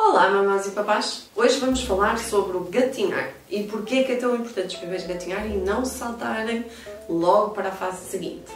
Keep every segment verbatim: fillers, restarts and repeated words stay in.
Olá mamães e papás! Hoje vamos falar sobre o gatinhar e porquê é que é tão importante os bebês gatinhar e não saltarem logo para a fase seguinte.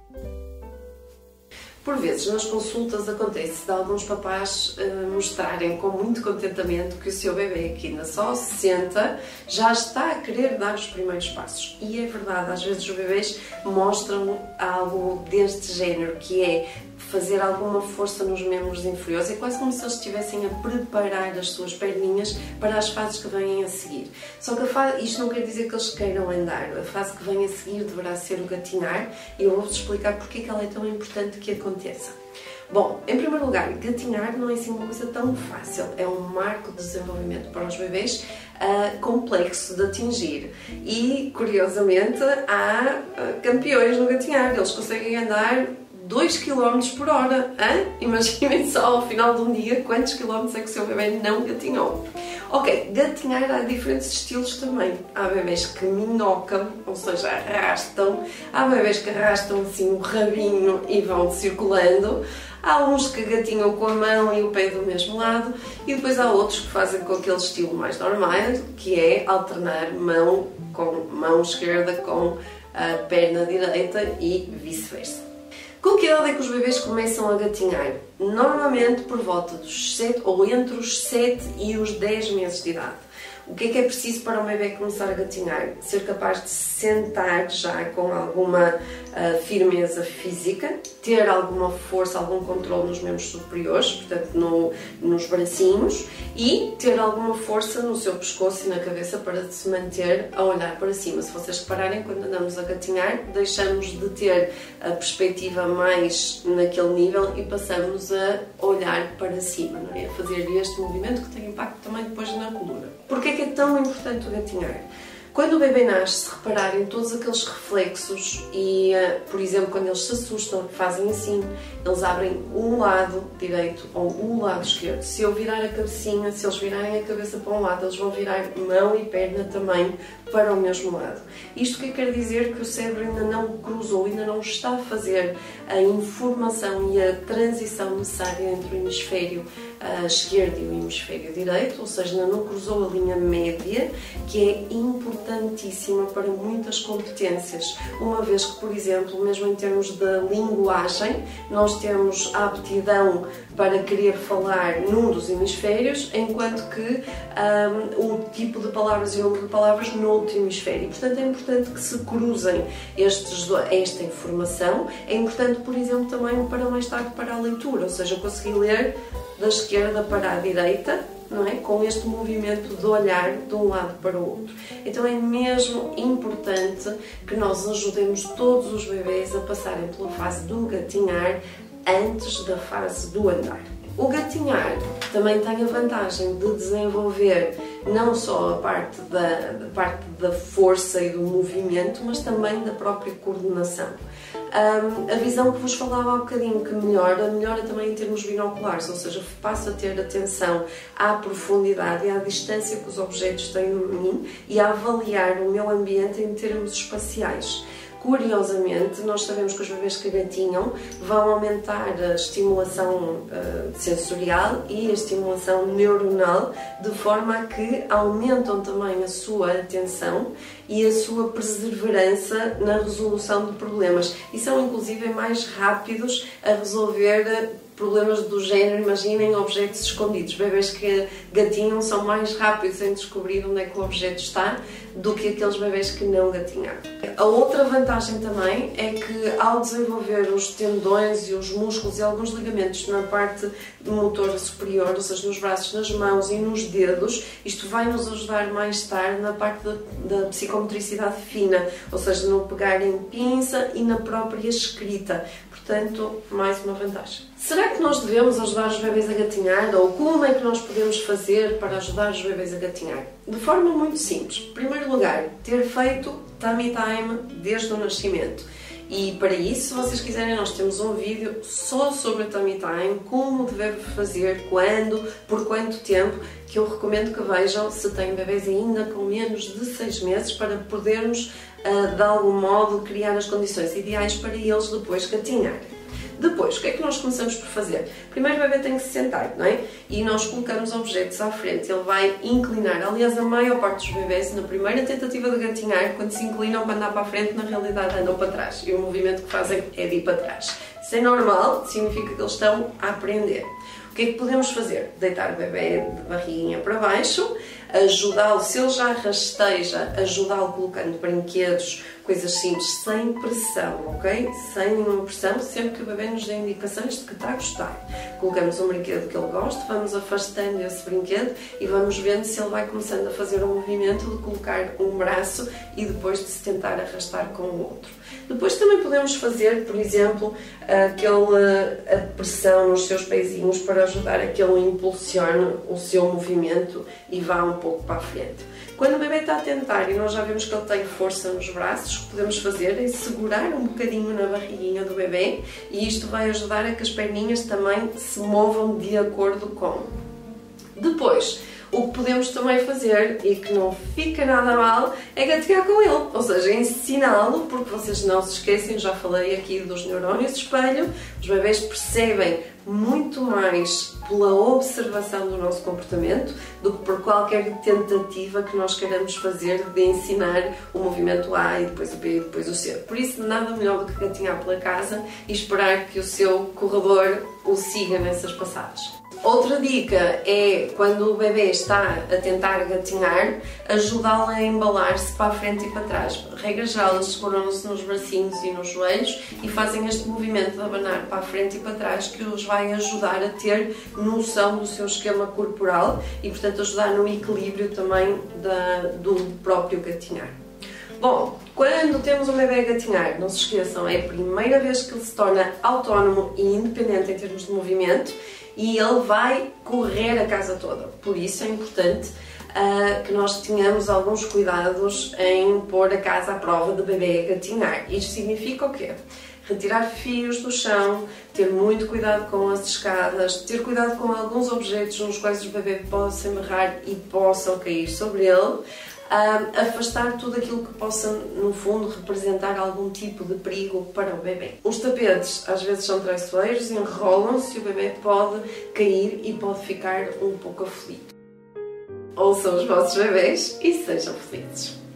Por vezes nas consultas acontece de alguns papás uh, mostrarem com muito contentamento que o seu bebê, que ainda só se senta, já está a querer dar os primeiros passos. E é verdade, às vezes os bebês mostram algo deste género, que é fazer alguma força nos membros inferiores. É quase como se eles estivessem a preparar as suas perninhas para as fases que vêm a seguir. Só que a fase, isto não quer dizer que eles queiram andar. A fase que vem a seguir deverá ser o gatinhar e eu vou-vos explicar porque é que ela é tão importante que aconteça. Bom, em primeiro lugar, gatinhar não é assim uma coisa tão fácil. É um marco de desenvolvimento para os bebês uh, complexo de atingir. E, curiosamente, há uh, campeões no gatinhar. Eles conseguem andar dois quilómetros por hora. Hein? Imaginem só ao final de um dia quantos quilómetros é que o seu bebê não gatinhou. Ok, gatinhar há diferentes estilos também. Há bebês que minhocam, ou seja, arrastam. Há bebês que arrastam assim o rabinho e vão circulando. Há uns que gatinham com a mão e o pé do mesmo lado. E depois há outros que fazem com aquele estilo mais normal, que é alternar mão com mão esquerda com a perna direita e vice-versa. Com que idade é que os bebês começam a gatinhar? Normalmente por volta dos sete ou entre os sete e os dez meses de idade. O que é que é preciso para um bebê começar a gatinhar? Ser capaz de se sentar já com alguma uh, firmeza física, ter alguma força, algum controle nos membros superiores, portanto no, nos bracinhos, e ter alguma força no seu pescoço e na cabeça para se manter a olhar para cima. Se vocês repararem, quando andamos a gatinhar, deixamos de ter a perspectiva mais naquele nível e passamos a olhar para cima, não é? A fazer este movimento que tem impacto também depois na coluna. Porquê é que é tão importante o gatinhar? Quando o bebê nasce, se repararem todos aqueles reflexos e, por exemplo, quando eles se assustam, fazem assim, eles abrem um lado direito ou um lado esquerdo. Se eu virar a cabecinha, se eles virarem a cabeça para um lado, eles vão virar mão e perna também para o mesmo lado. Isto que quer dizer que o cérebro ainda não cruzou, ainda não está a fazer a informação e a transição necessária entre o hemisfério uh, esquerdo e o hemisfério direito, ou seja, ainda não cruzou a linha média, que é importantíssima para muitas competências, uma vez que, por exemplo, mesmo em termos de linguagem, nós temos a aptidão para querer falar num dos hemisférios, enquanto que um, o tipo de palavras e o número de palavras no outro hemisfério. Portanto, é importante que se cruzem estes, esta informação. É importante, por exemplo, também para mais tarde para a leitura, ou seja, conseguir ler da esquerda para a direita, não é? Com este movimento de olhar de um lado para o outro. Então é mesmo importante que nós ajudemos todos os bebês a passarem pela fase do gatinhar antes da fase do andar. O gatinhar também tem a vantagem de desenvolver não só a parte da, a parte da força e do movimento, mas também da própria coordenação. Um, a visão que vos falava há bocadinho que melhora, melhora também em termos binoculares, ou seja, passo a ter atenção à profundidade e à distância que os objetos têm de mim e a avaliar o meu ambiente em termos espaciais. Curiosamente, nós sabemos que os bebês que gatinham vão aumentar a estimulação uh, sensorial e a estimulação neuronal, de forma a que aumentam também a sua atenção e a sua perseverança na resolução de problemas. E são inclusive mais rápidos a resolver problemas do género, imaginem objetos escondidos. Bebês que gatinham são mais rápidos em descobrir onde é que o objeto está do que aqueles bebês que não gatinharam. A outra vantagem também é que ao desenvolver os tendões e os músculos e alguns ligamentos na parte motora superior, ou seja, nos braços, nas mãos e nos dedos, isto vai nos ajudar mais tarde na parte da, da psicomotricidade fina, ou seja, no pegar em pinça e na própria escrita. Portanto, mais uma vantagem. Será que nós devemos ajudar os bebês a gatinhar? Ou como é que nós podemos fazer para ajudar os bebês a gatinhar? De forma muito simples. Em primeiro lugar, ter feito tummy time desde o nascimento. E para isso, se vocês quiserem, nós temos um vídeo só sobre o tummy time, como deve fazer, quando, por quanto tempo, que eu recomendo que vejam se têm bebês ainda com menos de seis meses, para podermos, de algum modo, criar as condições ideais para eles depois gatinharem. Depois, o que é que nós começamos por fazer? Primeiro o bebê tem que se sentar, não é? E nós colocamos objetos à frente, ele vai inclinar. Aliás, a maior parte dos bebés, na primeira tentativa de gatinhar, quando se inclinam para andar para a frente, na realidade andam para trás. E o movimento que fazem é de ir para trás. Isso é normal, significa que eles estão a aprender. O que é que podemos fazer? Deitar o bebê de barriguinha para baixo, ajudá-lo, se ele já rasteja, ajudá-lo colocando brinquedos, coisas simples, sem pressão, ok? Sem nenhuma pressão, sempre que o bebê nos dê indicações de que está a gostar. Colocamos um brinquedo que ele gosta, vamos afastando esse brinquedo e vamos vendo se ele vai começando a fazer o movimento de colocar um braço e depois de se tentar arrastar com o outro. Depois também podemos fazer, por exemplo, aquele, a pressão nos seus pezinhos para ajudar a que ele impulsione o seu movimento e vá um pouco para a frente. Quando o bebê está a tentar e nós já vemos que ele tem força nos braços, o que podemos fazer é segurar um bocadinho na barriguinha do bebê e isto vai ajudar a que as perninhas também se movam de acordo com. Depois, o que podemos também fazer, e que não fica nada mal, é gatear com ele, ou seja, ensiná-lo, porque vocês não se esquecem, já falei aqui dos neurónios de espelho, os bebés percebem muito mais pela observação do nosso comportamento do que por qualquer tentativa que nós queiramos fazer de ensinar o movimento A e depois o B e depois o C. Por isso, nada melhor do que gatinhar pela casa e esperar que o seu corredor o siga nessas passadas. Outra dica é, quando o bebê está a tentar gatinhar, ajudá-lo a embalar-se para a frente e para trás. Regra geral, eles seguram-se nos bracinhos e nos joelhos e fazem este movimento de abanar para a frente e para trás que os vai ajudar a ter noção do seu esquema corporal e, portanto, ajudar no equilíbrio também da, do próprio gatinhar. Bom, quando temos um bebê a gatinhar, não se esqueçam, é a primeira vez que ele se torna autónomo e independente em termos de movimento e ele vai correr a casa toda. Por isso é importante uh, que nós tenhamos alguns cuidados em pôr a casa à prova de bebê a gatinhar. Isto significa o quê? Retirar fios do chão, ter muito cuidado com as escadas, ter cuidado com alguns objetos nos quais o bebê possa amarrar e possam cair sobre ele. Uh, afastar tudo aquilo que possa, no fundo, representar algum tipo de perigo para o bebê. Os tapetes às vezes são traiçoeiros, enrolam-se e o bebê pode cair e pode ficar um pouco aflito. Ouçam os vossos bebés e sejam felizes.